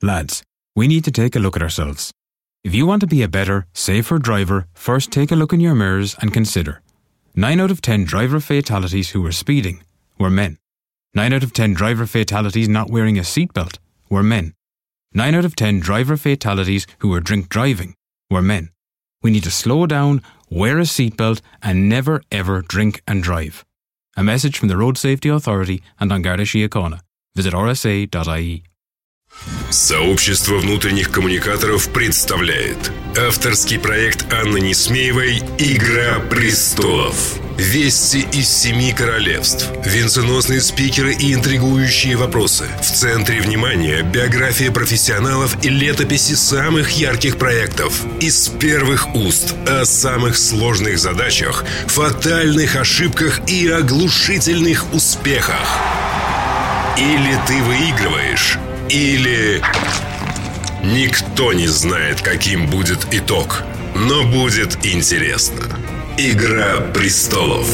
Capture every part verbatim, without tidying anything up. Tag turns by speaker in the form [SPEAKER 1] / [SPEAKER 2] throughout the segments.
[SPEAKER 1] Lads, we need to take a look at ourselves. If you want to be a better, safer driver, first take a look in your mirrors and consider. Nine out of ten driver fatalities who were speeding were men. Nine out of ten driver fatalities not wearing a seatbelt were men. Nine out of ten driver fatalities who were drink driving were men. We need to slow down, wear a seatbelt, and never ever drink and drive. A message from the Road Safety Authority and An Garda Síochána. Visit r s a dot i e.
[SPEAKER 2] Сообщество внутренних коммуникаторов представляет авторский проект Анны Несмеевой «Игра престолов». Вести из семи королевств, венценосные спикеры и интригующие вопросы. В центре внимания биография профессионалов и летописи самых ярких проектов. Из первых уст о самых сложных задачах, фатальных ошибках и оглушительных успехах. Или ты выигрываешь, или никто не знает, каким будет итог, но будет интересно. Игра престолов.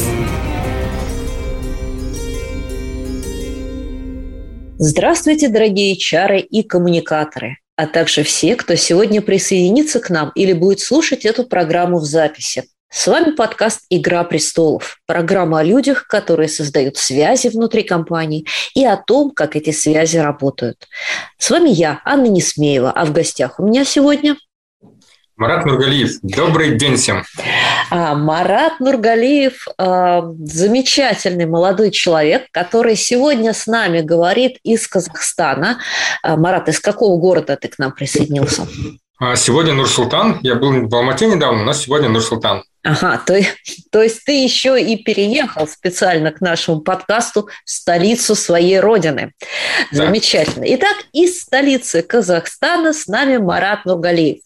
[SPEAKER 3] Здравствуйте, дорогие эйч ар и коммуникаторы, а также все, кто сегодня присоединится к нам или будет слушать эту программу в записи. С вами подкаст «Игра престолов», программа о людях, которые создают связи внутри компаний и о том, как эти связи работают. С вами я, Анна Несмеева, а в гостях у меня сегодня...
[SPEAKER 4] Марат Нургалиев. Добрый день всем.
[SPEAKER 3] А, Марат Нургалиев э, – замечательный молодой человек, который сегодня с нами говорит из Казахстана. А, Марат, из какого города ты к нам присоединился?
[SPEAKER 4] Сегодня Нур-Султан. Я был в Алмате недавно, но сегодня Нур-Султан.
[SPEAKER 3] Ага, то, то есть ты еще и переехал специально к нашему подкасту в столицу своей родины. Да. Замечательно. Итак, из столицы Казахстана с нами Марат Нургалиев.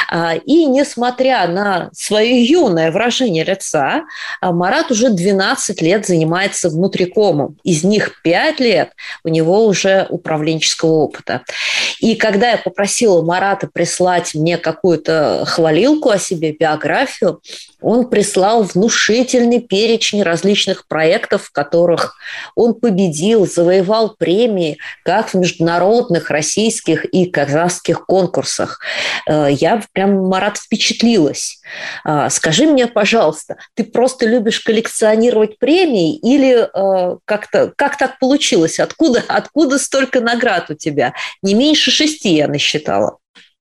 [SPEAKER 3] И несмотря на свое юное выражение лица, Марат уже двенадцать лет занимается внутрикомом. Из них пять лет у него уже управленческого опыта. И когда я попросила Марата прислать мне какую-то хвалилку о себе, биографию, он прислал внушительный перечень различных проектов, в которых он победил, завоевал премии как в международных, российских и казахских конкурсах. Я прям, Марат, впечатлилась. Скажи мне, пожалуйста, ты просто любишь коллекционировать премии или как-то, как так получилось? Откуда, откуда столько наград у тебя? Не меньше шести я насчитала.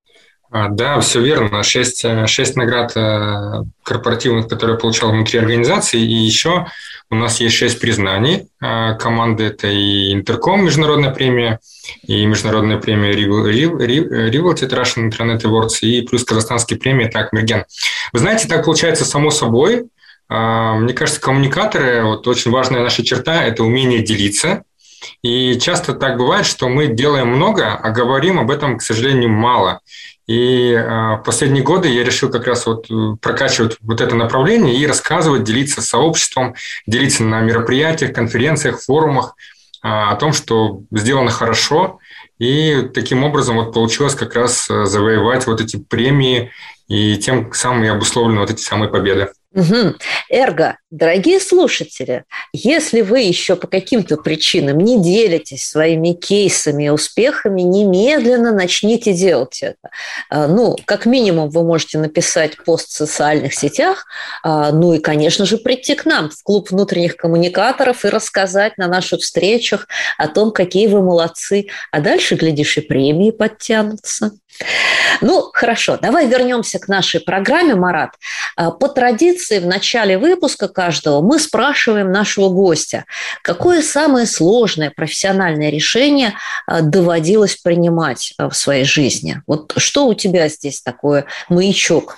[SPEAKER 4] Да, все верно. Шесть, шесть наград корпоративных, которые я получал внутри организации. И еще у нас есть шесть признаний команды. Это и Интерком, международная премия, и международная премия Rivalty Russian Internet Awards, и плюс казахстанские премии «Так, Мерген». Вы знаете, так получается само собой. Мне кажется, коммуникаторы, вот очень важная наша черта – это умение делиться. И часто так бывает, что мы делаем много, а говорим об этом, к сожалению, мало. И э, в последние годы я решил как раз вот прокачивать вот это направление и рассказывать, делиться с сообществом, делиться на мероприятиях, конференциях, форумах э, о том, что сделано хорошо. И таким образом вот получилось как раз завоевать вот эти премии и тем самым и обусловлены вот эти самые победы.
[SPEAKER 3] Угу. Эрго, дорогие слушатели, если вы еще по каким-то причинам не делитесь своими кейсами и успехами, немедленно начните делать это. Ну, как минимум, вы можете написать пост в социальных сетях, ну и, конечно же, прийти к нам в клуб внутренних коммуникаторов и рассказать на наших встречах о том, какие вы молодцы. А дальше, глядишь, и премии подтянутся. Ну, хорошо, давай вернемся к нашей программе, Марат. По традиции в начале выпуска каждого мы спрашиваем нашего гостя, какое самое сложное профессиональное решение доводилось принимать в своей жизни? Вот что у тебя здесь такое маячок?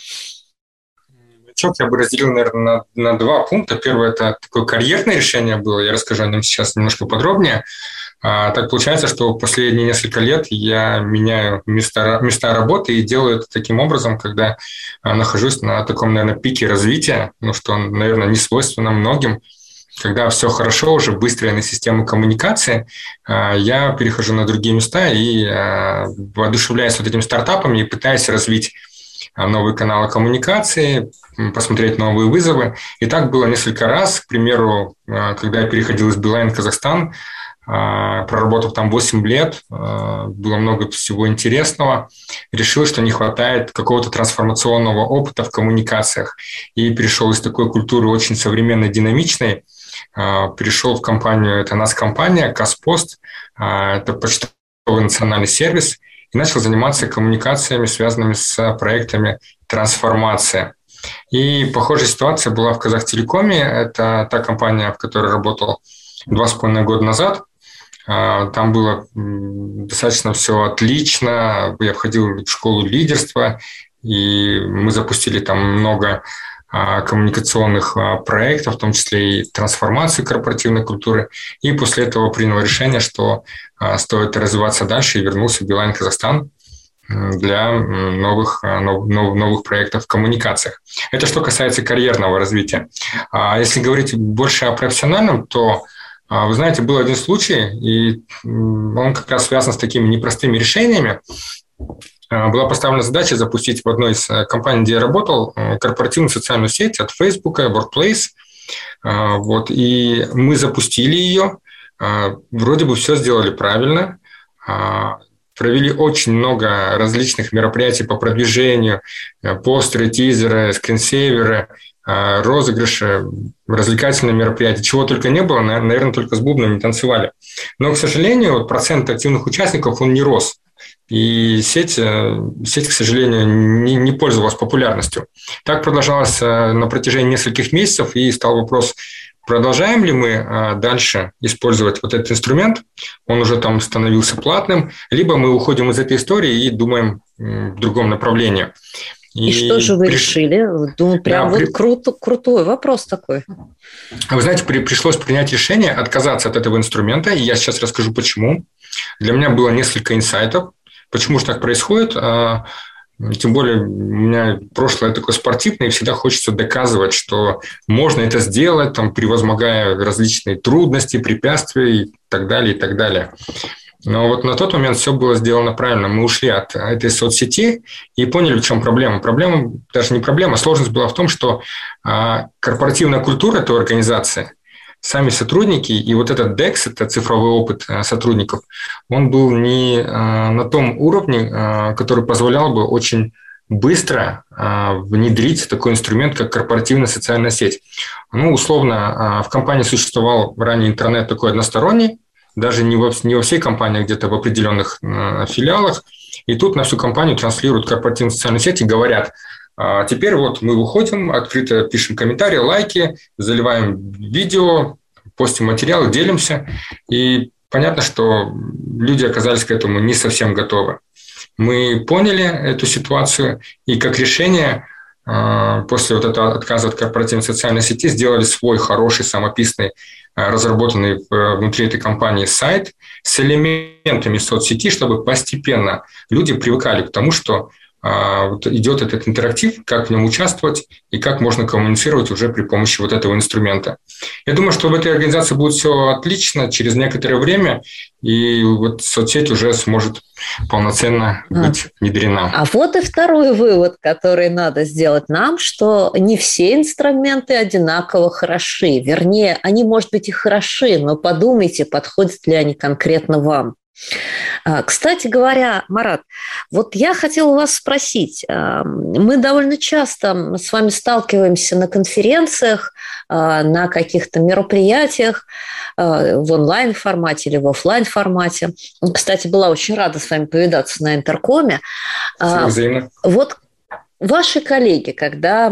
[SPEAKER 4] Маячок я бы разделил, наверное, на, на два пункта. Первое – это такое карьерное решение было, я расскажу о нем сейчас немножко подробнее. А, так получается, что в последние несколько лет я меняю места, места работы и делаю это таким образом, когда а, нахожусь на таком, наверное, пике развития, ну, что, наверное, не свойственно многим. Когда все хорошо, уже выстроены системы коммуникации, а, я перехожу на другие места и а, воодушевляюсь вот этими стартапами и пытаюсь развить новые каналы коммуникации, посмотреть новые вызовы. И так было несколько раз. К примеру, когда я переходил из Билайн в Казахстан, проработав там восемь лет, было много всего интересного, решил, что не хватает какого-то трансформационного опыта в коммуникациях. И перешел из такой культуры очень современной, динамичной, перешел в компанию, это НАС-компания, Казпост, это почтовый национальный сервис, и начал заниматься коммуникациями, связанными с проектами трансформации. И похожая ситуация была в Казахтелекоме. Это та компания, в которой работал два с половиной года назад. Там было достаточно все отлично. Я входил в школу лидерства, и мы запустили там много коммуникационных проектов, в том числе и трансформацию корпоративной культуры. И после этого принял решение, что стоит развиваться дальше, и вернулся в Билайн Казахстан для новых, нов, новых проектов в коммуникациях. Это что касается карьерного развития. А если говорить больше о профессиональном, то, вы знаете, был один случай, и он как раз связан с такими непростыми решениями. Была поставлена задача запустить в одной из компаний, где я работал, корпоративную социальную сеть от Facebook, Workplace. Вот, и мы запустили ее. Вроде бы все сделали правильно. Провели очень много различных мероприятий по продвижению, постеры, тизеры, скринсейверы, розыгрыши, развлекательные мероприятия. Чего только не было, наверное, только с бубнами танцевали. Но, к сожалению, процент активных участников, он не рос. И сеть, сеть, к сожалению, не, не пользовалась популярностью. Так продолжалось на протяжении нескольких месяцев, и стал вопрос, продолжаем ли мы дальше использовать вот этот инструмент, он уже там становился платным, либо мы уходим из этой истории и думаем в другом направлении.
[SPEAKER 3] И, и что же вы приш... решили? Думаю, прям да, вот при... круто, крутой вопрос такой.
[SPEAKER 4] Вы знаете, при... пришлось принять решение отказаться от этого инструмента, и я сейчас расскажу, почему. Для меня было несколько инсайтов, почему же так происходит. Тем более, у меня прошлое такое спортивное, и всегда хочется доказывать, что можно это сделать, там, превозмогая различные трудности, препятствия и так далее, и так далее. Но вот на тот момент все было сделано правильно. Мы ушли от этой соцсети и поняли, в чем проблема. Проблема, даже не проблема, сложность была в том, что корпоративная культура этой организации, сами сотрудники и вот этот декс, это цифровой опыт сотрудников, он был не на том уровне, который позволял бы очень быстро внедрить такой инструмент, как корпоративная социальная сеть. Ну, условно, в компании существовал ранее интернет такой односторонний, даже не во, не во всей компании, а где-то в определенных филиалах. И тут на всю компанию транслируют корпоративную социальную сеть и говорят, а теперь вот мы выходим, открыто пишем комментарии, лайки, заливаем видео, постим материалы, делимся. И понятно, что люди оказались к этому не совсем готовы. Мы поняли эту ситуацию и как решение после вот этого отказа от корпоративной социальной сети сделали свой хороший, самописный, разработанный внутри этой компании сайт с элементами соцсети, чтобы постепенно люди привыкали к тому, что вот идет этот интерактив, как в нем участвовать и как можно коммуницировать уже при помощи вот этого инструмента. Я думаю, что в этой организации будет все отлично через некоторое время, и вот соцсеть уже сможет полноценно быть внедрена.
[SPEAKER 3] А вот и второй вывод, который надо сделать нам, что не все инструменты одинаково хороши. Вернее, они, может быть, и хороши, но подумайте, подходят ли они конкретно вам. Кстати говоря, Марат, вот я хотела вас спросить. Мы довольно часто с вами сталкиваемся на конференциях, на каких-то мероприятиях в онлайн-формате или в офлайн-формате. Кстати, была очень рада с вами повидаться на Интеркоме.
[SPEAKER 4] Взаимно.
[SPEAKER 3] Вот ваши коллеги, когда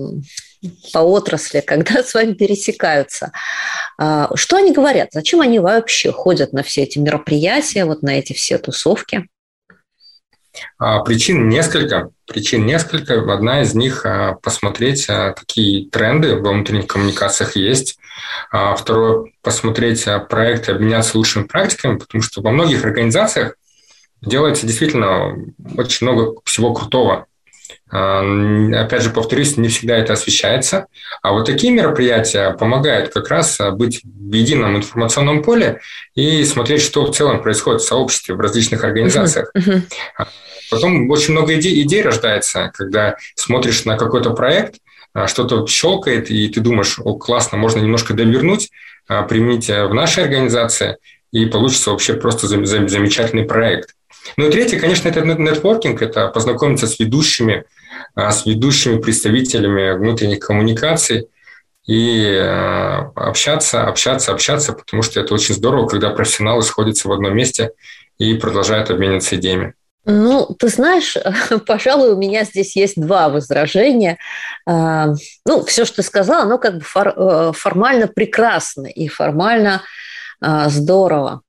[SPEAKER 3] по отрасли, когда с вами пересекаются, что они говорят? Зачем они вообще ходят на все эти мероприятия, вот на эти все тусовки?
[SPEAKER 4] Причин несколько. Причин несколько. Одна из них – посмотреть, какие тренды во внутренних коммуникациях есть. Второе – посмотреть проекты, обменяться лучшими практиками, потому что во многих организациях делается действительно очень много всего крутого. Опять же, повторюсь, не всегда это освещается. А вот такие мероприятия помогают как раз быть в едином информационном поле и смотреть, что в целом происходит в сообществе, в различных организациях. Uh-huh. Uh-huh. Потом очень много идей, идей рождается, когда смотришь на какой-то проект, что-то щелкает, и ты думаешь, о, классно, можно немножко довернуть, применить в нашей организации. и получится вообще просто замечательный проект. Ну и третье, конечно, это нетворкинг, это познакомиться с ведущими, с ведущими представителями внутренних коммуникаций и общаться, общаться, общаться, потому что это очень здорово, когда профессионалы сходятся в одном месте и продолжают обмениваться идеями.
[SPEAKER 3] Ну, ты знаешь, пожалуй, у меня здесь есть два возражения. Ну, все, что ты сказала, оно как бы формально прекрасно и формально здорово.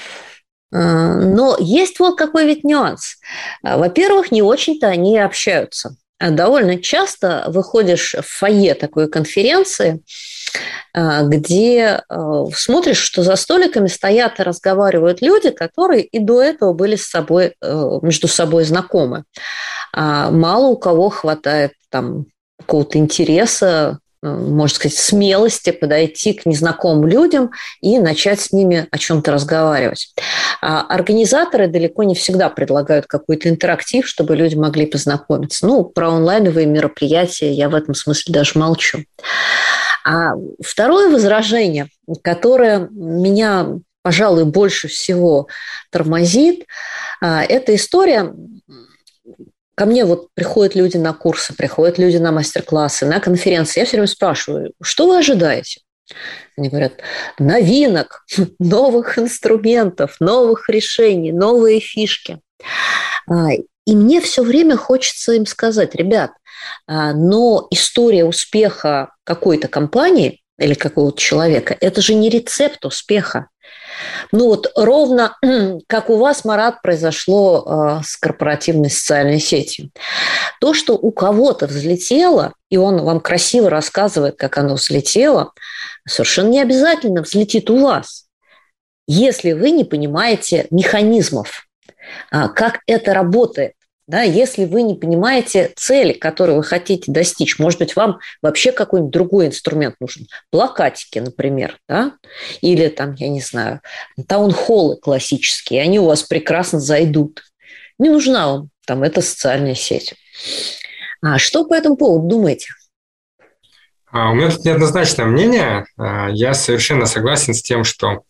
[SPEAKER 3] Но есть вот какой ведь нюанс. Во-первых, не очень-то они общаются. Довольно часто выходишь в фойе такой конференции, где смотришь, что за столиками стоят и разговаривают люди, которые и до этого были с собой, между собой знакомы. Мало у кого хватает там какого-то интереса, можно сказать, смелости подойти к незнакомым людям и начать с ними о чем-то разговаривать. А организаторы далеко не всегда предлагают какой-то интерактив, чтобы люди могли познакомиться. Ну, про онлайновые мероприятия я в этом смысле даже молчу. А второе возражение, которое меня, пожалуй, больше всего тормозит, это история... Ко мне вот приходят люди на курсы, приходят люди на мастер-классы, на конференции. Я все время спрашиваю, что вы ожидаете? Они говорят, новинок, новых инструментов, новых решений, новые фишки. И мне все время хочется им сказать, ребят, но история успеха какой-то компании или какого-то человека – это же не рецепт успеха. Ну вот ровно как у вас, Марат, произошло э, с корпоративной социальной сетью. То, что у кого-то взлетело, и он вам красиво рассказывает, как оно взлетело, совершенно не обязательно взлетит у вас, если вы не понимаете механизмов, э, как это работает. Да, если вы не понимаете цели, которую вы хотите достичь, может быть, вам вообще какой-нибудь другой инструмент нужен. Плакатики, например, да? Или там, я не знаю, таунхоллы классические, они у вас прекрасно зайдут. Не нужна вам там эта социальная сеть. А что по этому поводу думаете?
[SPEAKER 4] У меня тут неоднозначное мнение. Я совершенно согласен с тем, что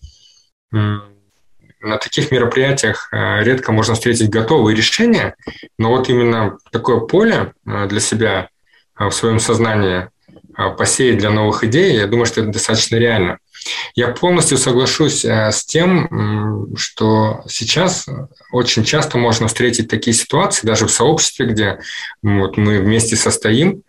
[SPEAKER 4] на таких мероприятиях редко можно встретить готовые решения, но вот именно такое поле для себя в своем сознании посеять для новых идей, я думаю, что это достаточно реально. Я полностью соглашусь с тем, что сейчас очень часто можно встретить такие ситуации, даже в сообществе, где вот мы вместе состоим,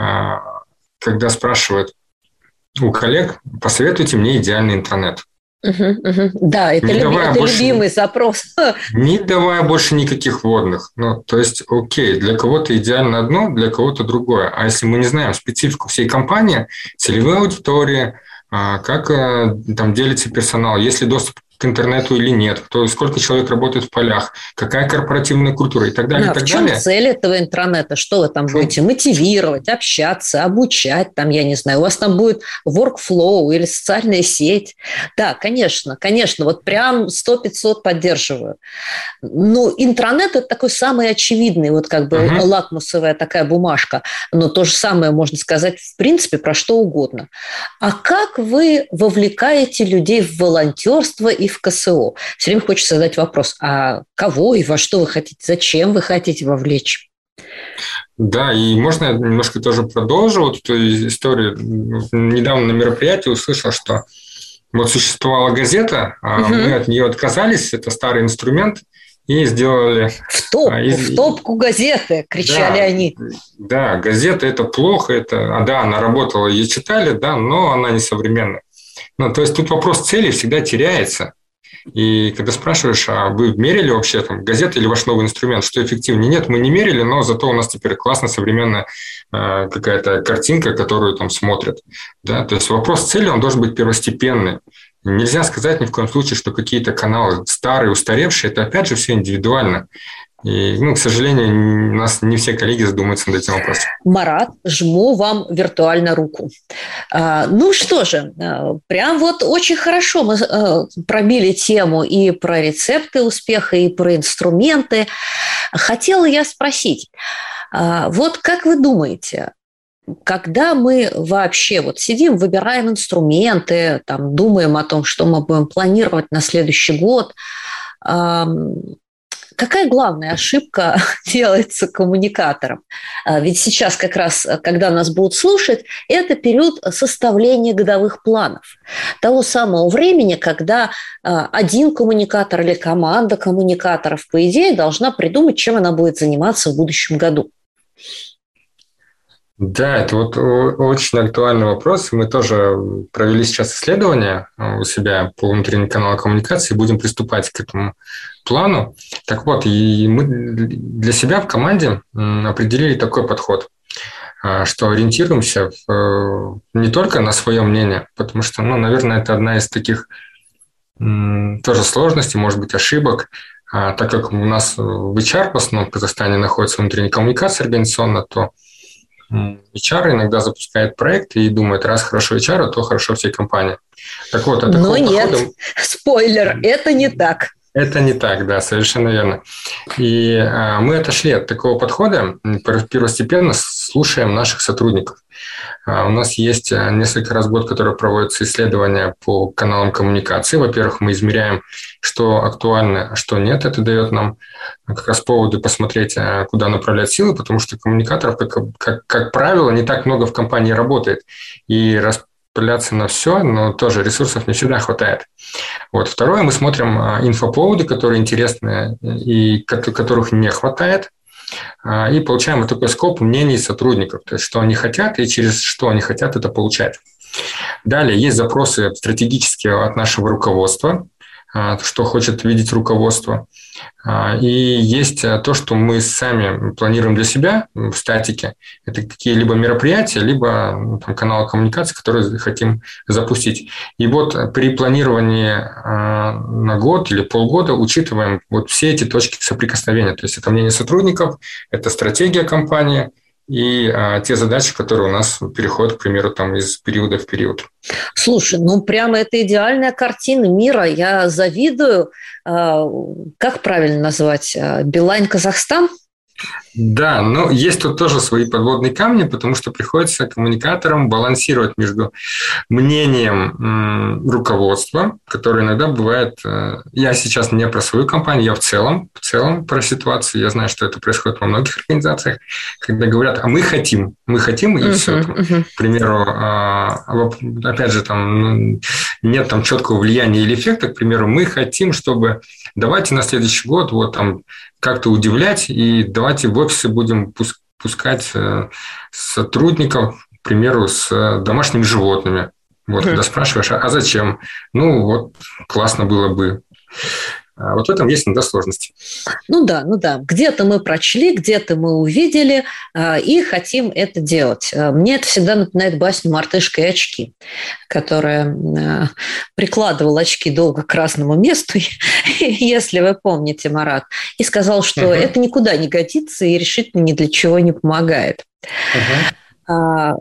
[SPEAKER 4] когда спрашивают у коллег, посоветуйте мне идеальный интернет.
[SPEAKER 3] Угу, угу. Да, это, люби, это больше, любимый запрос.
[SPEAKER 4] Не давая больше никаких вводных. Ну, то есть, окей, для кого-то идеально одно, для кого-то другое. А если мы не знаем специфику всей компании, целевой аудитории, как там делится персонал, есть ли доступ к интернету или нет, кто, сколько человек работает в полях, какая корпоративная культура и так далее.
[SPEAKER 3] Ну,
[SPEAKER 4] и так
[SPEAKER 3] в чем
[SPEAKER 4] далее.
[SPEAKER 3] цель этого интернета? Что вы там будете мотивировать, общаться, обучать, там, я не знаю, у вас там будет workflow или социальная сеть. Да, конечно, конечно, вот прям сто-пятьсот поддерживаю. Ну, интернет – это такой самый очевидный, вот как бы uh-huh. лакмусовая такая бумажка, но то же самое можно сказать, в принципе, про что угодно. А как вы вовлекаете людей в волонтерство и в ка эс о? Все время хочется задать вопрос, а кого и во что вы хотите, зачем вы хотите вовлечь?
[SPEAKER 4] Да, и можно я немножко тоже продолжу вот эту историю. Недавно на мероприятии услышал, что вот существовала газета, а угу. мы от нее отказались, это старый инструмент, и сделали...
[SPEAKER 3] В топку, а, из... в топку газеты, кричали
[SPEAKER 4] да,
[SPEAKER 3] они.
[SPEAKER 4] Да, газета – это плохо, это, а, да, она работала, ее читали, да, но она не современная. Ну, то есть тут вопрос цели всегда теряется. И когда спрашиваешь, а вы мерили вообще там газета или ваш новый инструмент, что эффективнее? Нет, мы не мерили, но зато у нас теперь классная современная э, какая-то картинка, которую там смотрят. Да? То есть вопрос цели, он должен быть первостепенный. Нельзя сказать ни в коем случае, что какие-то каналы старые, устаревшие, это опять же все индивидуально. И, ну, к сожалению, у нас не все коллеги задумаются над этим вопросом.
[SPEAKER 3] Марат, жму вам виртуально руку. А, ну что же, прям вот очень хорошо мы пробили тему и про рецепты успеха, и про инструменты. Хотела я спросить, вот как вы думаете, когда мы вообще вот сидим, выбираем инструменты, там, думаем о том, что мы будем планировать на следующий год, какая главная ошибка делается коммуникатором? Ведь сейчас как раз, когда нас будут слушать, это период составления годовых планов. Того самого времени, когда один коммуникатор или команда коммуникаторов, по идее, должна придумать, чем она будет заниматься в будущем году.
[SPEAKER 4] Да, это вот очень актуальный вопрос. Мы тоже провели сейчас исследование у себя по внутренним каналам коммуникации, будем приступать к этому плану. Так вот, и мы для себя в команде определили такой подход, что ориентируемся в, не только на свое мнение, потому что, ну, наверное, это одна из таких тоже сложностей, может быть, ошибок, так как у нас в эйч ар в основном в Казахстане находится внутренняя коммуникация организационно, то эйч ар иногда запускает проект и думает, раз хорошо эйч ар, то хорошо всей компании. Так вот, от
[SPEAKER 3] Но нет,
[SPEAKER 4] подхода...
[SPEAKER 3] спойлер, это не так.
[SPEAKER 4] Это не так, да, совершенно верно. И а, мы отошли от такого подхода, первостепенно слушаем наших сотрудников. А, у нас есть несколько раз в год, которые проводятся исследования по каналам коммуникации. Во-первых, мы измеряем, что актуально, а что нет. Это дает нам как раз поводы посмотреть, куда направлять силы, потому что коммуникаторов, как, как, как правило, не так много в компании работает. И раз распыляться на все, но тоже ресурсов не всегда хватает. Вот. Второе, мы смотрим инфоповоды, которые интересны и которых не хватает, и получаем вот такой скоп мнений сотрудников, то есть что они хотят и через что они хотят это получать. Далее есть запросы стратегические от нашего руководства, что хочет видеть руководство. И есть то, что мы сами планируем для себя в статике. Это какие-либо мероприятия, либо ну, там, каналы коммуникации, которые хотим запустить. И вот при планировании на год или полгода учитываем вот все эти точки соприкосновения. То есть это мнение сотрудников, это стратегия компании и а, те задачи, которые у нас переходят, к примеру, там, из периода в период.
[SPEAKER 3] Слушай, ну прямо это идеальная картина мира. Я завидую. Как правильно назвать? Билайн Казахстан?
[SPEAKER 4] Да, но есть тут тоже свои подводные камни, потому что приходится коммуникаторам балансировать между мнением м, руководства, которое иногда бывает... Э, я сейчас не про свою компанию, я в целом, в целом про ситуацию. Я знаю, что это происходит во многих организациях, когда говорят, а мы хотим, мы хотим, и uh-huh, все. Там, uh-huh. К примеру, э, опять же, там нет там четкого влияния или эффекта. К примеру, мы хотим, чтобы давайте на следующий год вот там как-то удивлять, и давайте в офисы будем пускать сотрудников, к примеру, с домашними животными. Вот, mm-hmm. когда спрашиваешь, а зачем? Ну, вот, классно было бы. Вот в этом есть иногда сложности.
[SPEAKER 3] Ну да, ну да. Где-то мы прочли, где-то мы увидели и хотим это делать. Мне это всегда напоминает басню «Мартышка и очки», которая прикладывала очки долго к красному месту, если вы помните, Марат, и сказал, что uh-huh. это никуда не годится и решительно ни для чего не помогает. Uh-huh.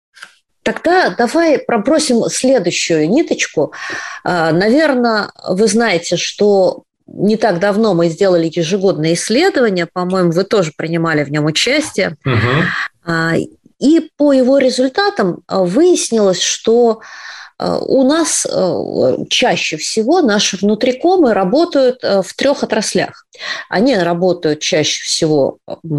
[SPEAKER 3] Тогда давай пробросим следующую ниточку. Наверное, вы знаете, что не так давно мы сделали ежегодное исследование, по-моему, вы тоже принимали в нем участие. Угу. И по его результатам выяснилось, что у нас чаще всего наши внутрикомы работают в трех отраслях. Они работают чаще всего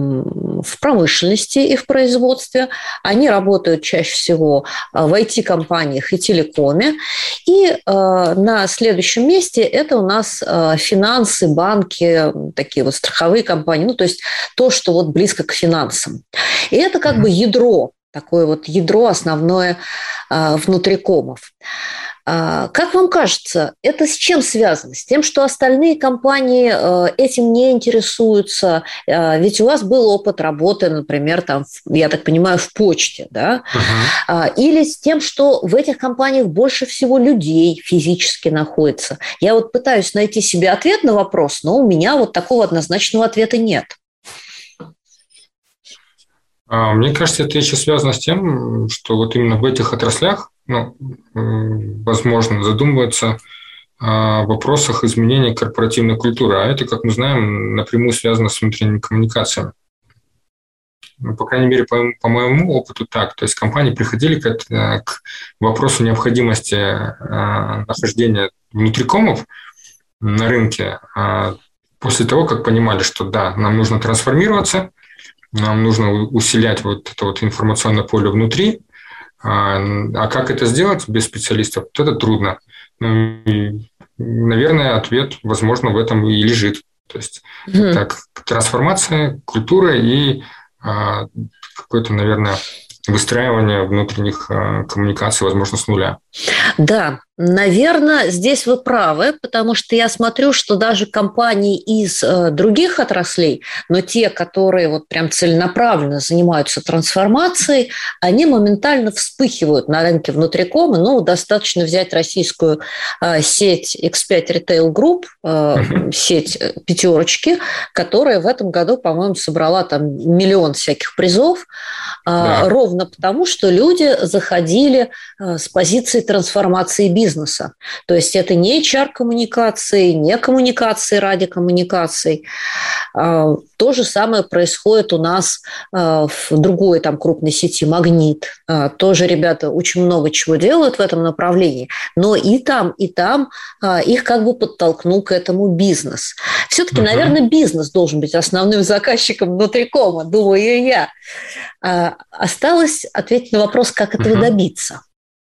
[SPEAKER 3] в промышленности и в производстве, они работают чаще всего в ай ти-компаниях и телекоме, и на следующем месте это у нас финансы, банки, такие вот страховые компании, ну то есть то, что вот близко к финансам. И это как бы ядро, такое вот ядро основное внутрикомов. Как вам кажется, это с чем связано? С тем, что остальные компании этим не интересуются? Ведь у вас был опыт работы, например, там, я так понимаю, в почте, да? Uh-huh. Или с тем, что в этих компаниях больше всего людей физически находится? Я вот пытаюсь найти себе ответ на вопрос, но у меня вот такого однозначного ответа нет.
[SPEAKER 4] Мне кажется, это еще связано с тем, что вот именно в этих отраслях, ну, возможно, задумываться о вопросах изменения корпоративной культуры. А это, как мы знаем, напрямую связано с внутренними коммуникациями. Ну, по крайней мере, по, по моему опыту так. То есть компании приходили к, к вопросу необходимости э, нахождения внутрикомов на рынке э, после того, как понимали, что да, нам нужно трансформироваться, нам нужно усилять вот это вот информационное поле внутри. А, а как это сделать без специалистов? Вот это трудно. Ну, и, наверное, ответ, возможно, в этом и лежит. То есть mm-hmm. это трансформация культуры и а, какое-то, наверное, выстраивание внутренних а, коммуникаций, возможно, с нуля.
[SPEAKER 3] Да, наверное, здесь вы правы, потому что я смотрю, что даже компании из э, других отраслей, но те, которые вот прям целенаправленно занимаются трансформацией, они моментально вспыхивают на рынке внутрикома. Ну, достаточно взять российскую э, сеть икс пять Retail Group, э, uh-huh. сеть пятерочки, которая в этом году, по-моему, собрала там миллион всяких призов, э, да. ровно потому, что люди заходили э, с позиции трансформации бизнеса. Бизнеса. То есть это не эйч ар-коммуникации, не коммуникации ради коммуникаций. То же самое происходит у нас в другой там крупной сети «Магнит». Тоже ребята очень много чего делают в этом направлении, но и там, и там их как бы подтолкнул к этому бизнес. Все-таки, uh-huh. наверное, бизнес должен быть основным заказчиком внутрикома, думаю я. Осталось ответить на вопрос, как этого uh-huh. добиться.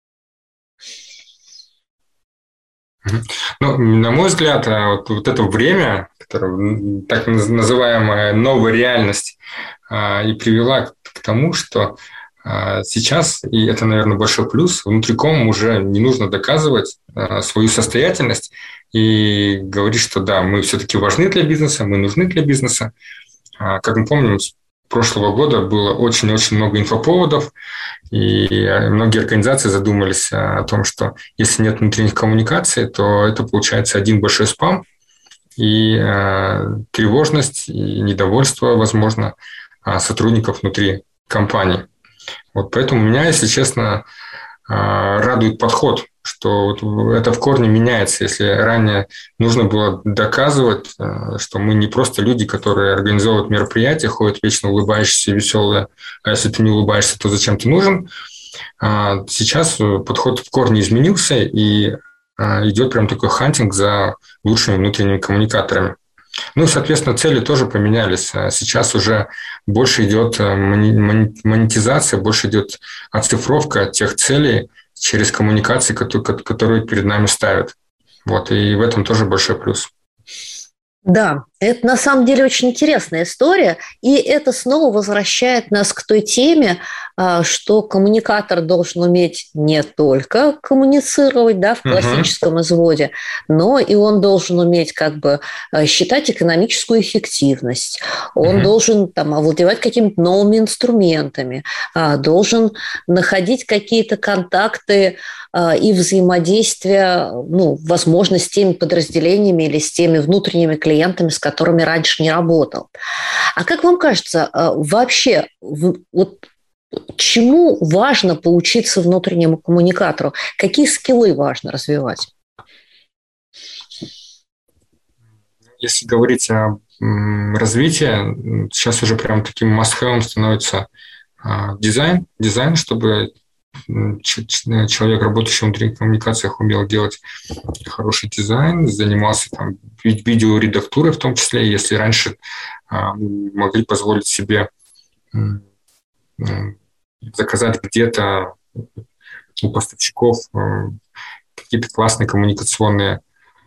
[SPEAKER 4] Ну, на мой взгляд, вот, вот это время, которое, так называемая новая реальность, и привела к тому, что сейчас, и это, наверное, большой плюс, внутриком уже не нужно доказывать свою состоятельность и говорить, что да, мы все-таки важны для бизнеса, мы нужны для бизнеса. Как мы помним, с прошлого года было очень-очень много инфоповодов, и многие организации задумались о том, что если нет внутренних коммуникаций, то это получается один большой спам, и э, тревожность, и недовольство, возможно, сотрудников внутри компании. Вот поэтому меня, если честно, э, радует подход, что вот это в корне меняется. Если ранее нужно было доказывать, что мы не просто люди, которые организовывают мероприятия, ходят вечно улыбающиеся, веселые, а если ты не улыбаешься, то зачем ты нужен? Сейчас подход в корне изменился, и идет прям такой хантинг за лучшими внутренними коммуникаторами. Ну и, соответственно, цели тоже поменялись. Сейчас уже больше идет монетизация, больше идет оцифровка тех целей, через коммуникации, которые перед нами ставят. Вот, и в этом тоже большой плюс.
[SPEAKER 3] Да, это на самом деле очень интересная история, и это снова возвращает нас к той теме, что коммуникатор должен уметь не только коммуницировать, да, в классическом uh-huh. изводе, но и он должен уметь как бы считать экономическую эффективность, он uh-huh. должен там овладевать какими-то новыми инструментами, должен находить какие-то контакты и взаимодействия, ну, возможно, с теми подразделениями или с теми внутренними клиентами, с которыми раньше не работал. А как вам кажется, вообще, вот чему важно поучиться внутреннему коммуникатору? Какие скиллы важно развивать?
[SPEAKER 4] Если говорить о развитии, сейчас уже прям таким must-have становится дизайн, дизайн, чтобы человек, работающий в внутренних коммуникациях, умел делать хороший дизайн, занимался там видеоредактурой в том числе. Если раньше могли позволить себе заказать где-то у поставщиков какие-то классные коммуникационные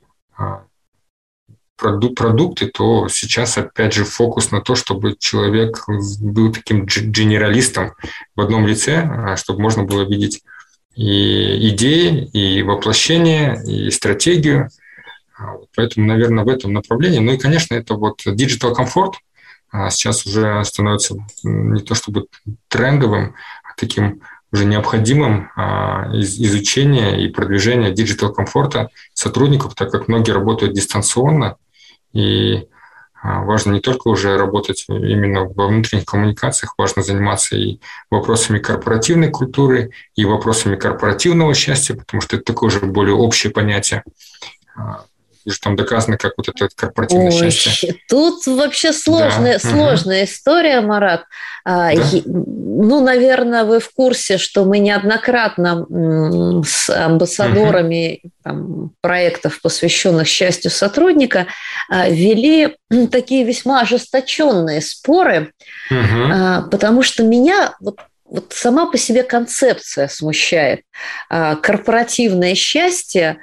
[SPEAKER 4] продукты, то сейчас, опять же, фокус на то, чтобы человек был таким генералистом в одном лице, чтобы можно было видеть и идеи, и воплощение, и стратегию. Поэтому, наверное, в этом направлении. Ну и, конечно, это вот digital комфорт сейчас уже становится не то чтобы трендовым, а таким уже необходимым изучение и продвижение диджитал комфорта сотрудников, так как многие работают дистанционно, и важно не только уже работать именно во внутренних коммуникациях, важно заниматься и вопросами корпоративной культуры, и вопросами корпоративного счастья, потому что это такое же более общее понятие. уже там доказано, как вот это корпоративное
[SPEAKER 3] Ой,
[SPEAKER 4] счастье.
[SPEAKER 3] Тут вообще сложная,
[SPEAKER 4] да.
[SPEAKER 3] сложная угу. история, Марат. Да? Ну, наверное, вы в курсе, что мы неоднократно с амбассадорами угу. там, проектов, посвященных счастью сотрудника, вели такие весьма ожесточенные споры, угу. потому что меня вот, вот сама по себе концепция смущает. Корпоративное счастье,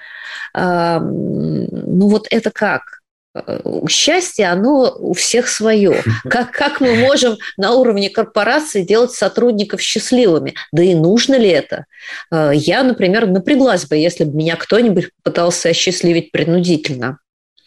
[SPEAKER 3] ну вот это как? Счастье, оно у всех свое. Как, как мы можем на уровне корпорации делать сотрудников счастливыми? Да и нужно ли это? Я, например, напряглась бы, если бы меня кто-нибудь пытался осчастливить принудительно.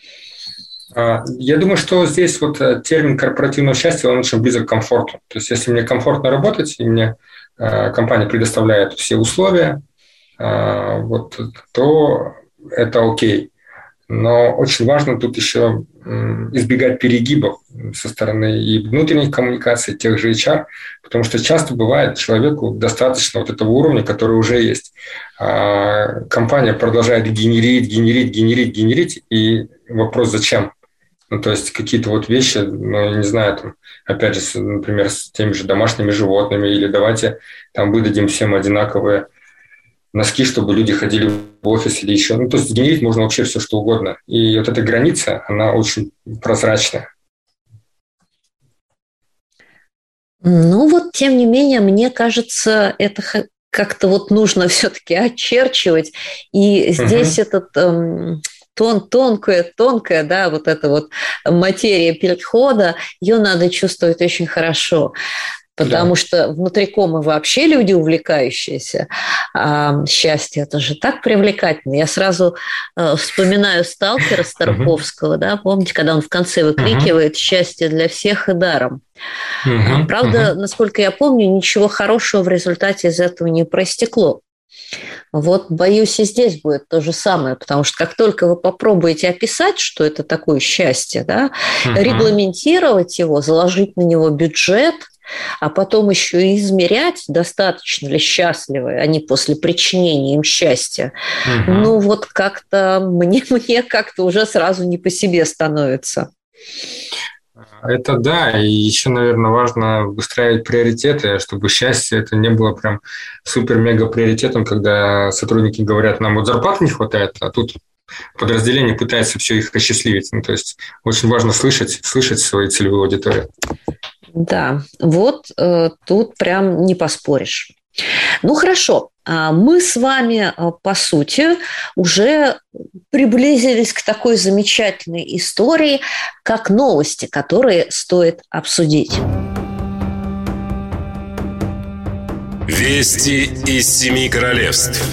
[SPEAKER 4] Я думаю, что здесь вот термин корпоративного счастья, он очень близок к комфорту. То есть, если мне комфортно работать, и мне компания предоставляет все условия, вот, то это окей. Но очень важно тут еще избегать перегибов со стороны и внутренних коммуникаций, тех же эйч ар, потому что часто бывает человеку достаточно вот этого уровня, который уже есть. А компания продолжает генерить, генерить, генерить, генерить, и вопрос зачем? Ну, то есть какие-то вот вещи, ну, не знаю, там, опять же, например, с теми же домашними животными, или давайте там выдадим всем одинаковые носки, чтобы люди ходили в офис или еще. Ну, то есть генерить можно вообще все, что угодно. И вот эта граница, она очень прозрачная.
[SPEAKER 3] Ну, вот, тем не менее, мне кажется, это как-то вот нужно все-таки очерчивать. И здесь угу. этот... Эм... Тон, тонкая, тонкая, да, вот эта вот материя перехода, ее надо чувствовать очень хорошо. Потому да. что внутриком мы вообще люди увлекающиеся. А счастье – это же так привлекательно. Я сразу э, вспоминаю сталкера Старковского, uh-huh. да, помните, когда он в конце выкрикивает uh-huh. «счастье для всех и даром». Uh-huh. Правда, uh-huh. насколько я помню, ничего хорошего в результате из этого не проистекло. Вот, боюсь, и здесь будет то же самое, потому что как только вы попробуете описать, что это такое счастье, да, uh-huh. регламентировать его, заложить на него бюджет, а потом еще и измерять, достаточно ли счастливы они после причинения им счастья, uh-huh. ну вот как-то мне, мне как-то уже сразу не по себе становится.
[SPEAKER 4] Это да, и еще, наверное, важно выстраивать приоритеты, чтобы счастье это не было прям супер-мега приоритетом, когда сотрудники говорят, нам вот зарплаты не хватает, а тут подразделение пытается все их осчастливить. Ну, то есть очень важно слышать, слышать свою целевую аудиторию.
[SPEAKER 3] Да, вот э, тут прям не поспоришь. Ну, хорошо. Мы с вами, по сути, уже приблизились к такой замечательной истории, как новости, которые стоит обсудить.
[SPEAKER 2] Вести из семи королевств.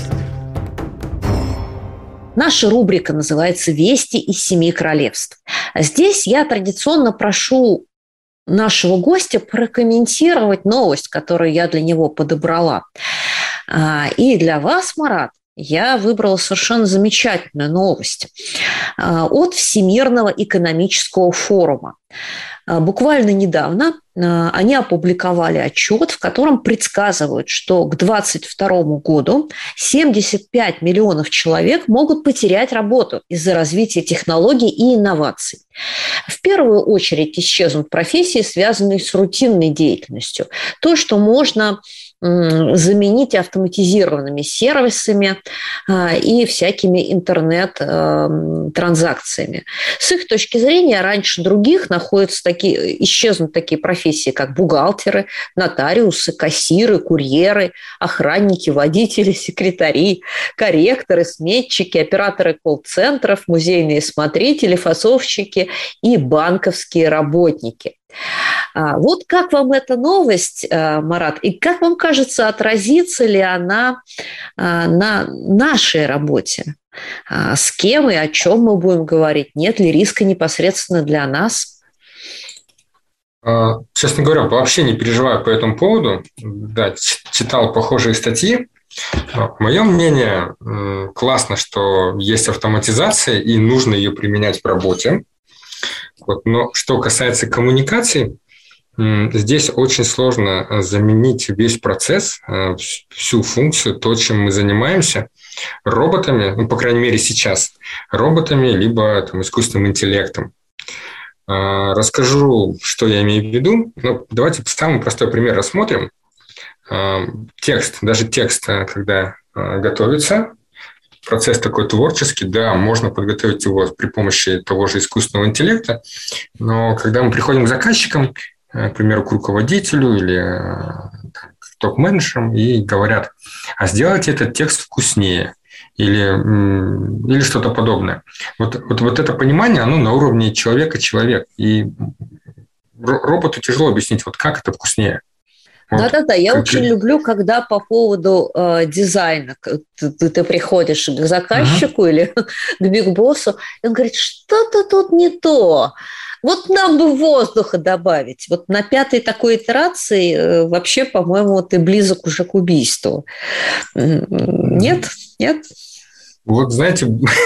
[SPEAKER 3] Наша рубрика называется «Вести из семи королевств». Здесь я традиционно прошу нашего гостя прокомментировать новость, которую я для него подобрала. И для вас, Марат, я выбрала совершенно замечательную новость от Всемирного экономического форума. Буквально недавно они опубликовали отчет, в котором предсказывают, что к двадцать второму году семьдесят пять миллионов человек могут потерять работу из-за развития технологий и инноваций. В первую очередь исчезнут профессии, связанные с рутинной деятельностью. То, что можно заменить автоматизированными сервисами и всякими интернет-транзакциями. С их точки зрения, раньше других находятся такие, исчезнут такие профессии, как бухгалтеры, нотариусы, кассиры, курьеры, охранники, водители, секретари, корректоры, сметчики, операторы колл-центров, музейные смотрители, фасовщики и банковские работники. Вот как вам эта новость, Марат, и как вам кажется, отразится ли она на нашей работе? С кем и о чем мы будем говорить? Нет ли риска непосредственно для нас?
[SPEAKER 4] Честно говоря, вообще не переживаю по этому поводу. Да, читал похожие статьи. Мое мнение, классно, что есть автоматизация и нужно ее применять в работе. Вот. Но что касается коммуникаций, здесь очень сложно заменить весь процесс, всю функцию, то, чем мы занимаемся, роботами, ну, по крайней мере, сейчас, роботами, либо там, искусственным интеллектом. Расскажу, что я имею в виду. Ну, давайте самый простой пример рассмотрим. Текст, даже текст, когда готовится, процесс такой творческий, да, можно подготовить его при помощи того же искусственного интеллекта, но когда мы приходим к заказчикам, к примеру, к руководителю или там, к топ-менеджерам и говорят, а сделайте этот текст вкуснее или, или что-то подобное. Вот, вот, вот это понимание, оно на уровне человека-человек, и роботу тяжело объяснить, вот как это вкуснее.
[SPEAKER 3] Да-да-да, вот. Я как... очень люблю, когда по поводу э, дизайна ты, ты приходишь к заказчику uh-huh. или к бигбоссу, и он говорит, что-то тут не то. Вот нам бы воздуха добавить. Вот на пятой такой итерации э, вообще, по-моему, ты близок уже к убийству. Нет? Нет?
[SPEAKER 4] Вот, знаете,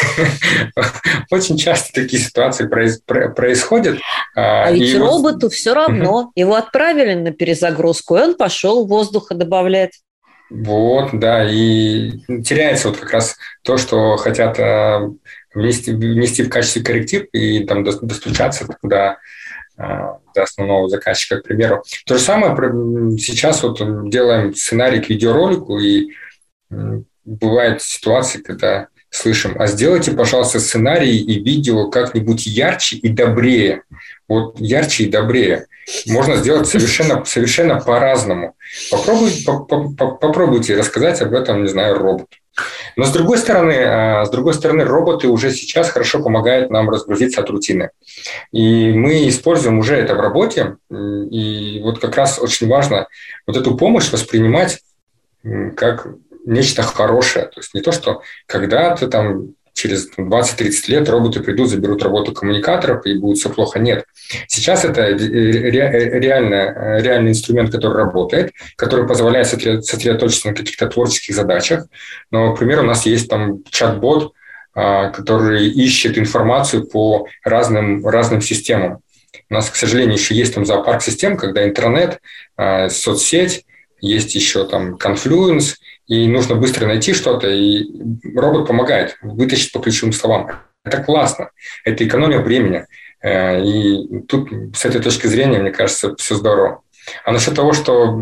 [SPEAKER 4] очень часто такие ситуации происходят.
[SPEAKER 3] А ведь роботу вот... все равно. Угу. Его отправили на перезагрузку, и он пошел воздуха добавлять.
[SPEAKER 4] Вот, да, и теряется вот как раз то, что хотят внести, внести в качестве корректив и там достучаться до, до основного заказчика, к примеру. То же самое сейчас вот делаем сценарий к видеоролику, и бывают ситуации, когда слышим, а сделайте, пожалуйста, сценарий и видео как-нибудь ярче и добрее. Вот ярче и добрее. Можно сделать совершенно, совершенно по-разному. Попробуйте, попробуйте рассказать об этом, не знаю, роботу. Но с другой стороны, с другой стороны, роботы уже сейчас хорошо помогают нам разгрузиться от рутины. И мы используем уже это в работе. И вот как раз очень важно вот эту помощь воспринимать как нечто хорошее. То есть не то, что когда-то там через двадцать-тридцать лет роботы придут, заберут работу коммуникаторов, и будет все плохо. Нет. Сейчас это реально, реальный инструмент, который работает, который позволяет сосредоточиться на каких-то творческих задачах. Но, к примеру, у нас есть там чат-бот, который ищет информацию по разным, разным системам. У нас, к сожалению, еще есть там зоопарк систем, когда интернет, соцсеть, есть еще там Confluence, и нужно быстро найти что-то, и робот помогает вытащить по ключевым словам. Это классно, это экономия времени. И тут с этой точки зрения, мне кажется, все здорово. А насчет того, что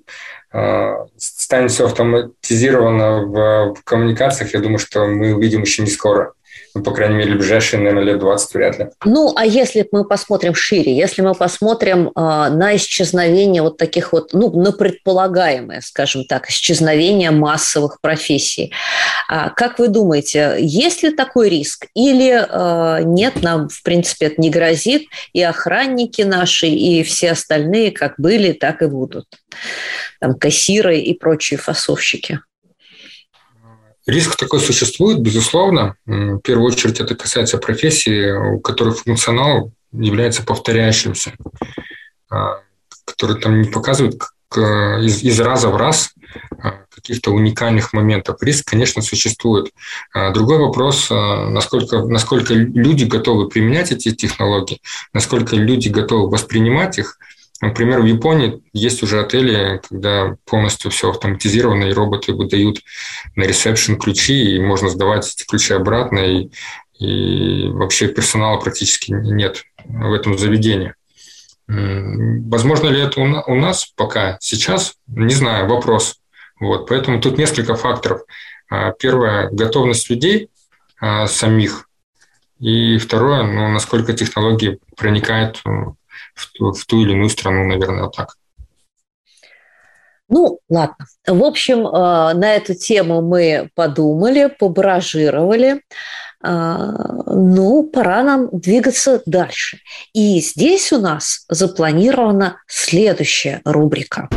[SPEAKER 4] станет все автоматизировано в коммуникациях, я думаю, что мы увидим еще не скоро. Ну, по крайней мере, в ближайшие, наверное, лет двадцать вряд ли.
[SPEAKER 3] Ну, а если мы посмотрим шире, если мы посмотрим э, на исчезновение вот таких вот, ну, на предполагаемое, скажем так, исчезновение массовых профессий, а как вы думаете, есть ли такой риск или э, нет, нам, в принципе, это не грозит, и охранники наши, и все остальные как были, так и будут? Там кассиры и прочие фасовщики.
[SPEAKER 4] Риск такой существует, безусловно. В первую очередь это касается профессий, у которых функционал является повторяющимся, который там не показывает из, из раза в раз каких-то уникальных моментов. Риск, конечно, существует. Другой вопрос, насколько, насколько люди готовы применять эти технологии, насколько люди готовы воспринимать их. Например, в Японии есть уже отели, когда полностью все автоматизировано, и роботы выдают на ресепшн ключи, и можно сдавать эти ключи обратно, и, и вообще персонала практически нет в этом заведении. Возможно ли это у нас пока? Сейчас? Не знаю, вопрос. Вот, поэтому тут несколько факторов. Первое – готовность людей самих, и второе – ну, насколько технологии проникают В ту, в ту или иную страну, наверное, вот так.
[SPEAKER 3] Ну, ладно. В общем, на эту тему мы подумали, побаражировали. Ну, пора нам двигаться дальше. И здесь у нас запланирована следующая рубрика.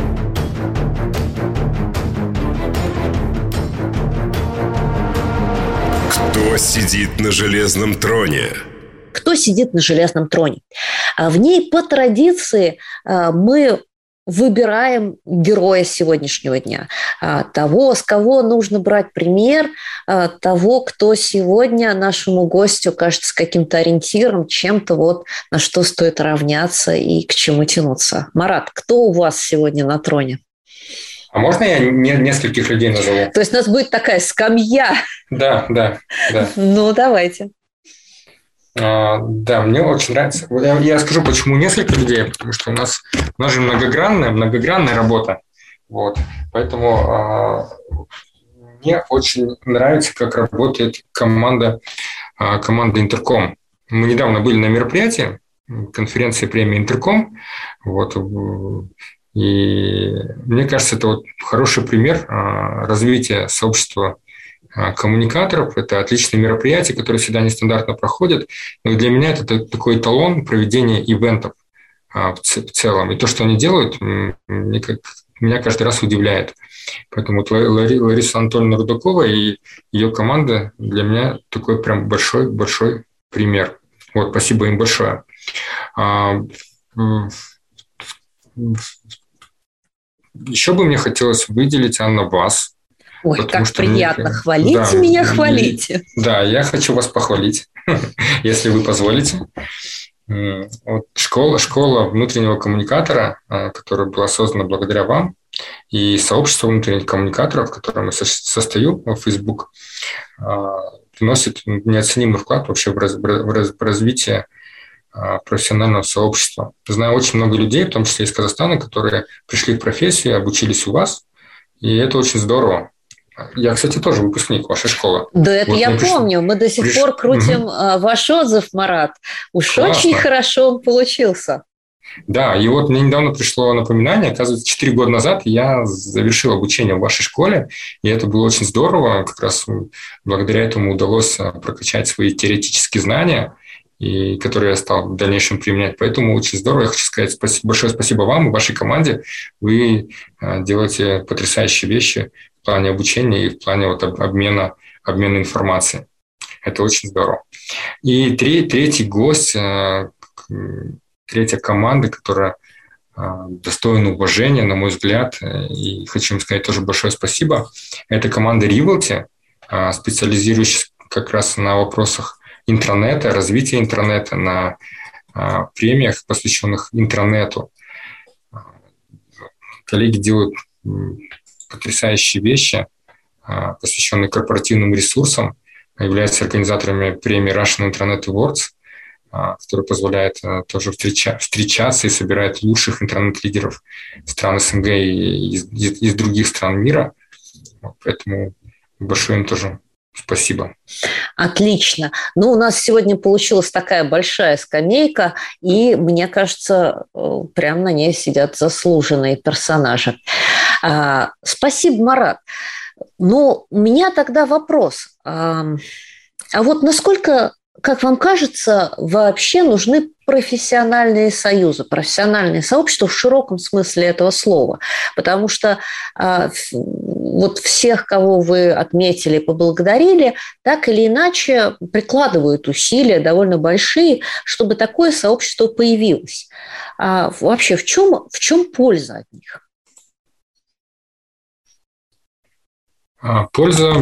[SPEAKER 2] Кто сидит на железном троне?
[SPEAKER 3] Кто сидит на железном троне? В ней по традиции мы выбираем героя сегодняшнего дня, того, с кого нужно брать пример, того, кто сегодня нашему гостю кажется каким-то ориентиром, чем-то вот на что стоит равняться и к чему тянуться. Марат, кто у вас сегодня на троне?
[SPEAKER 4] А можно я не, нескольких людей назову?
[SPEAKER 3] То есть у нас будет такая скамья.
[SPEAKER 4] Да, да, да.
[SPEAKER 3] Ну, давайте.
[SPEAKER 4] А, да, мне очень нравится. Я, я скажу, почему несколько людей, потому что у нас, у нас же многогранная, многогранная работа. Вот. Поэтому а, мне очень нравится, как работает команда, а, команда Интерком. Мы недавно были на мероприятии, конференции премии Интерком. Вот. И мне кажется, это вот хороший пример развития сообщества коммуникаторов. Это отличное мероприятие, которое всегда нестандартно проходит. Но для меня это такой эталон проведения ивентов в целом. И то, что они делают, меня каждый раз удивляет. Поэтому вот Лариса Анатольевна Рудакова и ее команда для меня такой прям большой-большой пример. Вот, спасибо им большое. Еще бы мне хотелось выделить, Анна, вас.
[SPEAKER 3] Ой, как приятно. Мне... Хвалите да, меня, хвалите.
[SPEAKER 4] И, да, я хочу вас похвалить, если вы позволите. Вот школа, школа внутреннего коммуникатора, которая была создана благодаря вам, и сообщество внутренних коммуникаторов, в котором я состою, в Facebook, вносит неоценимый вклад вообще в, раз, в развитие профессионального сообщества. Знаю очень много людей, в том числе из Казахстана, которые пришли в профессию, обучились у вас, и это очень здорово. Я, кстати, тоже выпускник вашей школы.
[SPEAKER 3] Да, это вот я помню. Приш... Мы до сих Приш... пор крутим угу. ваш отзыв, Марат. Уж Классно. Очень хорошо он получился.
[SPEAKER 4] Да, и вот мне недавно пришло напоминание, оказывается, четыре года назад я завершил обучение в вашей школе, и это было очень здорово. Как раз благодаря этому удалось прокачать свои теоретические знания, и которые я стал в дальнейшем применять. Поэтому очень здорово. Я хочу сказать спасибо, большое спасибо вам и вашей команде. Вы делаете потрясающие вещи в плане обучения и в плане вот обмена, обмена информацией. Это очень здорово. И третий гость, третья команда, которая достойна уважения, на мой взгляд, и хочу им сказать тоже большое спасибо, это команда Rivalty, специализирующаяся как раз на вопросах интернета, развития интернета, на а, премиях, посвященных интернету. Коллеги делают потрясающие вещи, а, посвященные корпоративным ресурсам, являются организаторами премии Russian Internet Awards, а, которая позволяет а, тоже встреча, встречаться и собирает лучших интернет-лидеров стран СНГ и из, из, из других стран мира. Поэтому большое им тоже спасибо.
[SPEAKER 3] Отлично. Ну, у нас сегодня получилась такая большая скамейка, и, мне кажется, прямо на ней сидят заслуженные персонажи. А, спасибо, Марат. Ну, у меня тогда вопрос. А, а вот насколько, как вам кажется, вообще нужны профессиональные союзы, профессиональные сообщества в широком смысле этого слова? Потому что а, вот всех, кого вы отметили, поблагодарили, так или иначе прикладывают усилия довольно большие, чтобы такое сообщество появилось. А вообще, в чем, в чем польза от них?
[SPEAKER 4] Польза,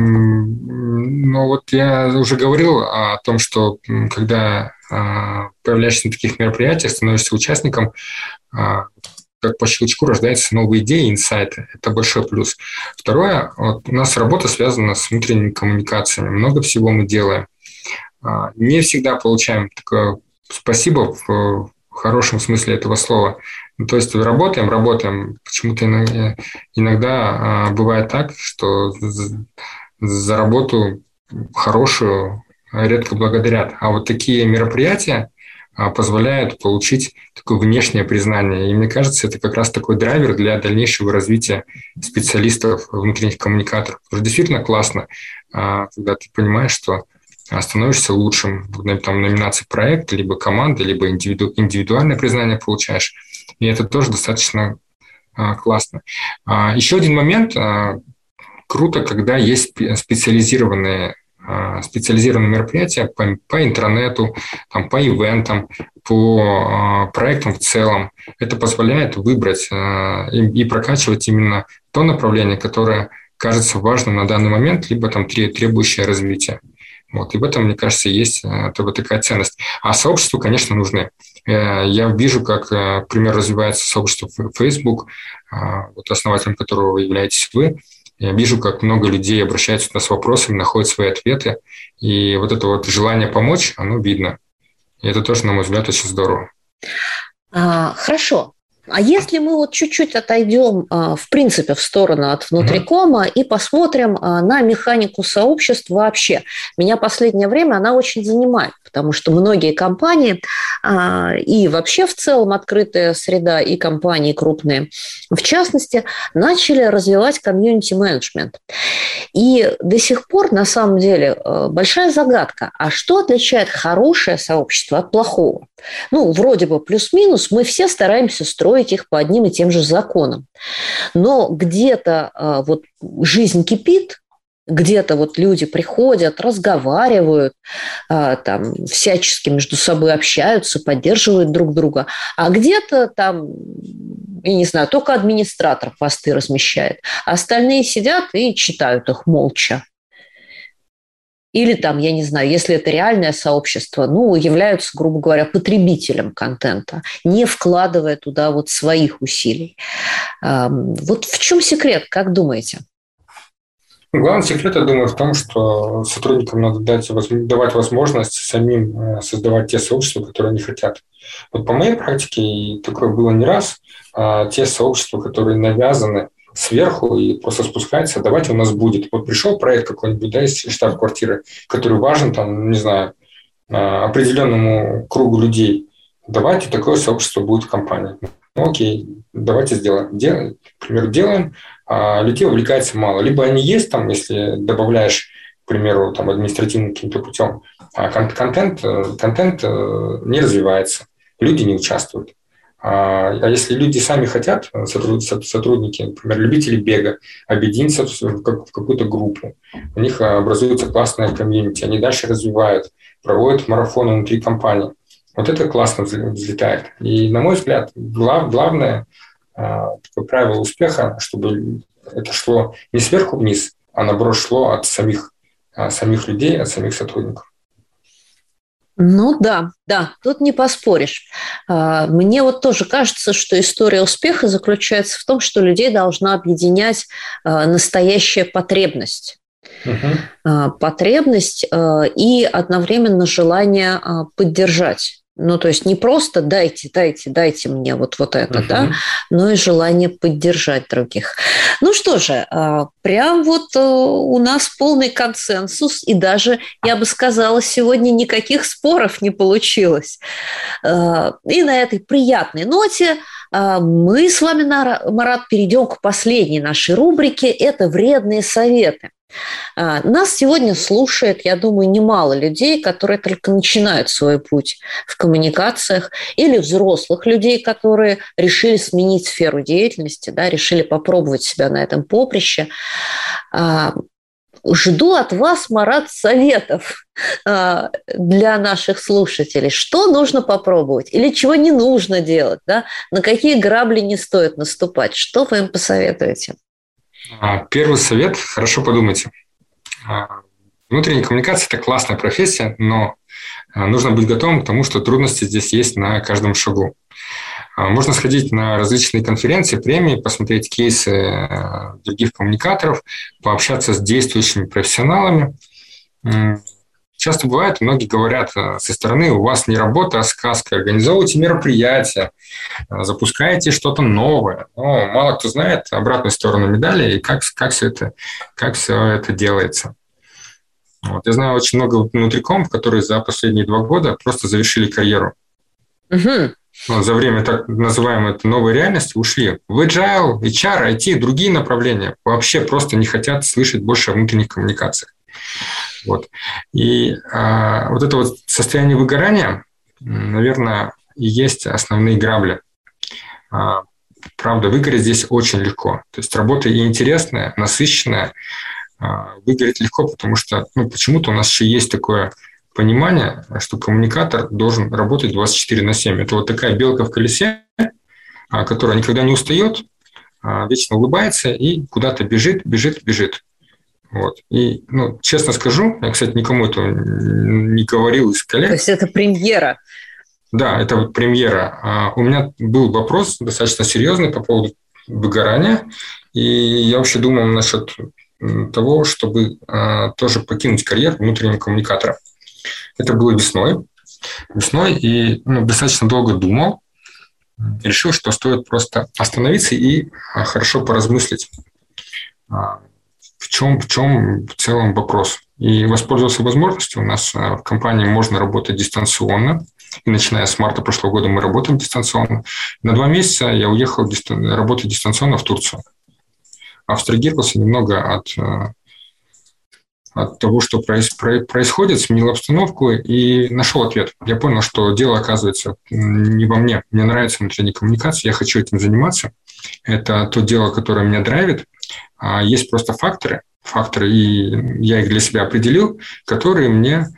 [SPEAKER 4] ну вот я уже говорил о том, что когда появляешься на таких мероприятиях, становишься участником, как по щелчку рождаются новые идеи, инсайты. Это большой плюс. Второе, вот у нас работа связана с внутренними коммуникациями. Много всего мы делаем. Не всегда получаем такое спасибо в хорошем смысле этого слова. Ну, то есть работаем, работаем. Почему-то иногда, иногда бывает так, что за, за работу хорошую редко благодарят. А вот такие мероприятия позволяют получить такое внешнее признание. И мне кажется, это как раз такой драйвер для дальнейшего развития специалистов внутренних коммуникаторов. Потому что действительно классно, когда ты понимаешь, что становишься лучшим в номинации проекта, либо команды, либо индивиду, индивидуальное признание получаешь. И это тоже достаточно а, классно. А, еще один момент. А, круто, когда есть специализированные, а, специализированные мероприятия по, по интернету, там, по ивентам, по а, проектам в целом. Это позволяет выбрать а, и, и прокачивать именно то направление, которое кажется важным на данный момент, либо там требующее развития. Вот, и в этом, мне кажется, есть вот такая ценность. А сообщества, конечно, нужны. Я вижу, как, например, развивается сообщество Facebook, вот основателем которого вы являетесь вы. Я вижу, как много людей обращаются к нас с вопросами, находят свои ответы. И вот это вот желание помочь, оно видно. И это тоже, на мой взгляд, очень здорово.
[SPEAKER 3] А, хорошо. А если мы вот чуть-чуть отойдем, в принципе, в сторону от внутрикома mm-hmm. и посмотрим на механику сообществ вообще. Меня последнее время она очень занимает, потому что многие компании и вообще в целом открытая среда, и компании крупные, в частности, начали развивать комьюнити-менеджмент. И до сих пор, на самом деле, большая загадка. А что отличает хорошее сообщество от плохого? Ну, вроде бы плюс-минус, мы все стараемся строить их по одним и тем же законам. Но где-то а, вот жизнь кипит, где-то вот люди приходят, разговаривают, а, там, всячески между собой общаются, поддерживают друг друга, а где-то там, я не знаю, только администратор посты размещает, а остальные сидят и читают их молча. Или там, я не знаю, если это реальное сообщество, ну, являются, грубо говоря, потребителем контента, не вкладывая туда вот своих усилий. Вот в чем секрет, как думаете?
[SPEAKER 4] Главный секрет, я думаю, в том, что сотрудникам надо дать, давать возможность самим создавать те сообщества, которые они хотят. Вот по моей практике, и такое было не раз, те сообщества, которые навязаны сверху и просто спускается, давайте у нас будет. Вот пришел проект какой-нибудь, да, из штаб-квартиры, который важен, там, не знаю, определенному кругу людей. Давайте такое сообщество будет в компании. Ну, окей, давайте сделаем. Делаем, например, делаем, а людей увлекается мало. Либо они есть там, если добавляешь, к примеру, там, административным каким-то путем, а контент, контент не развивается, люди не участвуют. А если люди сами хотят, сотрудники, например, любители бега, объединиться в какую-то группу, у них образуется классная комьюнити, они дальше развивают, проводят марафоны внутри компании. Вот это классно взлетает. И, на мой взгляд, глав, главное такое правило успеха, чтобы это шло не сверху вниз, а наоборот шло от самих, самих людей, от самих сотрудников.
[SPEAKER 3] Ну да, да, тут не поспоришь. Мне вот тоже кажется, что история успеха заключается в том, что людей должна объединять настоящая потребность. Угу. Потребность и одновременно желание поддержать. Ну, то есть не просто дайте, дайте, дайте мне вот, вот это, uh-huh. да, но и желание поддержать других. Ну что же, прям вот у нас полный консенсус, и даже, я бы сказала, сегодня никаких споров не получилось. И на этой приятной ноте мы с вами, Марат, перейдем к последней нашей рубрике. Это «Вредные советы». Нас сегодня слушает, я думаю, немало людей, которые только начинают свой путь в коммуникациях, или взрослых людей, которые решили сменить сферу деятельности, да, решили попробовать себя на этом поприще. Жду от вас, Марат, советов для наших слушателей. Что нужно попробовать или чего не нужно делать, да? На какие грабли не стоит наступать? Что вы им посоветуете?
[SPEAKER 4] Первый совет – хорошо подумайте. Внутренняя коммуникация – это классная профессия, но нужно быть готовым к тому, что трудности здесь есть на каждом шагу. Можно сходить на различные конференции, премии, посмотреть кейсы других коммуникаторов, пообщаться с действующими профессионалами. Часто бывает, многие говорят со стороны: у вас не работа, а сказка, организовывайте мероприятия, запускаете что-то новое. Но мало кто знает обратную сторону медали и как, как, все, это, как все это делается. Вот. Я знаю очень много внутрикомов, которые за последние два года просто завершили карьеру. Угу. Но за время так называемой этой новой реальности ушли в agile, эйч ар, ай ти, другие направления. Вообще просто не хотят слышать больше о внутренних коммуникациях. Вот. И а, вот это вот состояние выгорания, наверное, и есть основные грабли. А, правда, выгореть здесь очень легко. То есть работа и интересная, насыщенная, а, выгореть легко, потому что ну, почему-то у нас еще есть такое понимание, что коммуникатор должен работать двадцать четыре на семь. Это вот такая белка в колесе, а, которая никогда не устает, а, вечно улыбается и куда-то бежит, бежит, бежит. Вот. И, ну, честно скажу, я, кстати, никому этого не говорил из коллег.
[SPEAKER 3] То есть это премьера?
[SPEAKER 4] Да, это вот премьера. У меня был вопрос достаточно серьезный по поводу выгорания, и я вообще думал насчет того, чтобы тоже покинуть карьеру внутреннего коммуникатора. Это было весной. Весной, и ну, достаточно долго думал. Решил, что стоит просто остановиться и хорошо поразмыслить, в чем, в чем в целом вопрос. И воспользовался возможностью. У нас в компании можно работать дистанционно. И начиная с марта прошлого года мы работаем дистанционно. На два месяца я уехал дистан- работать дистанционно в Турцию. Абстрагировался немного от, от того, что проис- происходит, сменил обстановку и нашел ответ. Я понял, что дело, оказывается, не во мне. Мне нравится внутренняя коммуникация, я хочу этим заниматься. Это то дело, которое меня драйвит. А есть просто факторы, факторы, и я их для себя определил, которые мне...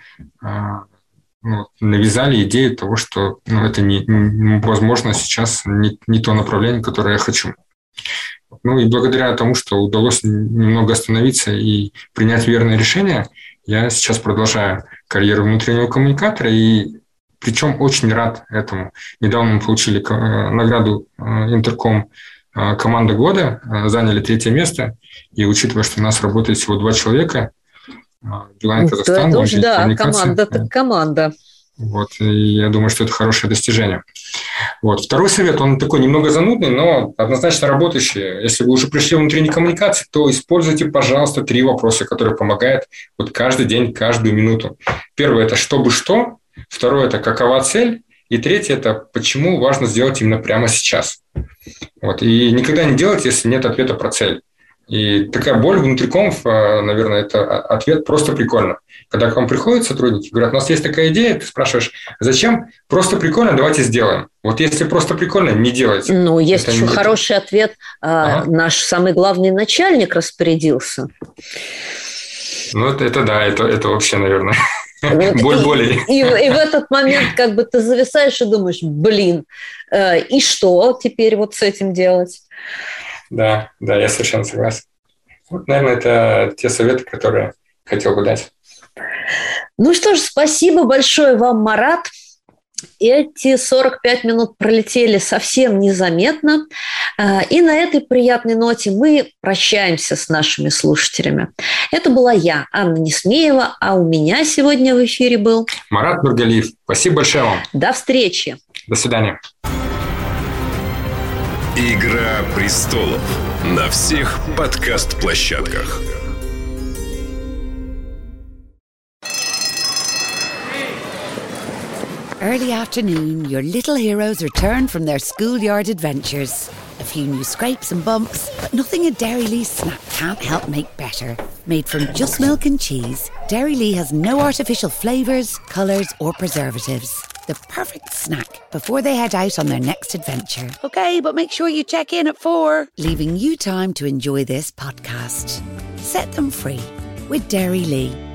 [SPEAKER 4] Ну, навязали идею того, что ну, это, не, возможно, сейчас не, не то направление, которое я хочу. Ну и благодаря тому, что удалось немного остановиться и принять верное решение, я сейчас продолжаю карьеру внутреннего коммуникатора, и причем очень рад этому. Недавно мы получили награду Интерком команда года, заняли третье место, и учитывая, что у нас работает всего два человека, Билайн Казахстан.
[SPEAKER 3] Это уж, да, команда так команда.
[SPEAKER 4] Вот, и я думаю, что это хорошее достижение. Вот. Второй совет, он такой немного занудный, но однозначно работающий. Если вы уже пришли в внутренней коммуникации, то используйте, пожалуйста, три вопроса, которые помогают вот каждый день, каждую минуту. Первое – это «чтобы что?», второе – это «какова цель?», и третье – это «почему важно сделать именно прямо сейчас?». Вот. И никогда не делайте, если нет ответа про цель. И такая боль внутрикомов, наверное, это ответ просто прикольно. Когда к вам приходят сотрудники, говорят, у нас есть такая идея, ты спрашиваешь, зачем? Просто прикольно, давайте сделаем. Вот если просто прикольно, не делайте.
[SPEAKER 3] Ну, есть
[SPEAKER 4] это
[SPEAKER 3] еще
[SPEAKER 4] не...
[SPEAKER 3] хороший ответ. Ага. Наш самый главный начальник распорядился.
[SPEAKER 4] Ну, это, это да, это, это вообще, наверное, боль боли.
[SPEAKER 3] И, и, и в этот момент как бы ты зависаешь и думаешь, блин, э, и что теперь вот с этим делать?
[SPEAKER 4] Да, да, я совершенно согласен. Вот, наверное, это те советы, которые хотел бы дать.
[SPEAKER 3] Ну что ж, спасибо большое вам, Марат. Эти сорок пять минут пролетели совсем незаметно. И на этой приятной ноте мы прощаемся с нашими слушателями. Это была я, Анна Несмеева, а у меня сегодня в эфире был
[SPEAKER 4] Марат Нургалиев. Спасибо большое вам.
[SPEAKER 3] До встречи.
[SPEAKER 4] До свидания.
[SPEAKER 2] «Игра престолов» на всех подкаст-площадках.
[SPEAKER 5] Early afternoon, your little heroes return from their schoolyard adventures. A few new scrapes and bumps, but nothing a Dairylea snack can't help make better. Made from just milk and cheese, Dairylea has no artificial flavours, colours or preservatives. The perfect snack before they head out on their next adventure. OK, but make sure you check in at four. Leaving you time to enjoy this podcast. Set them free with Dairylea.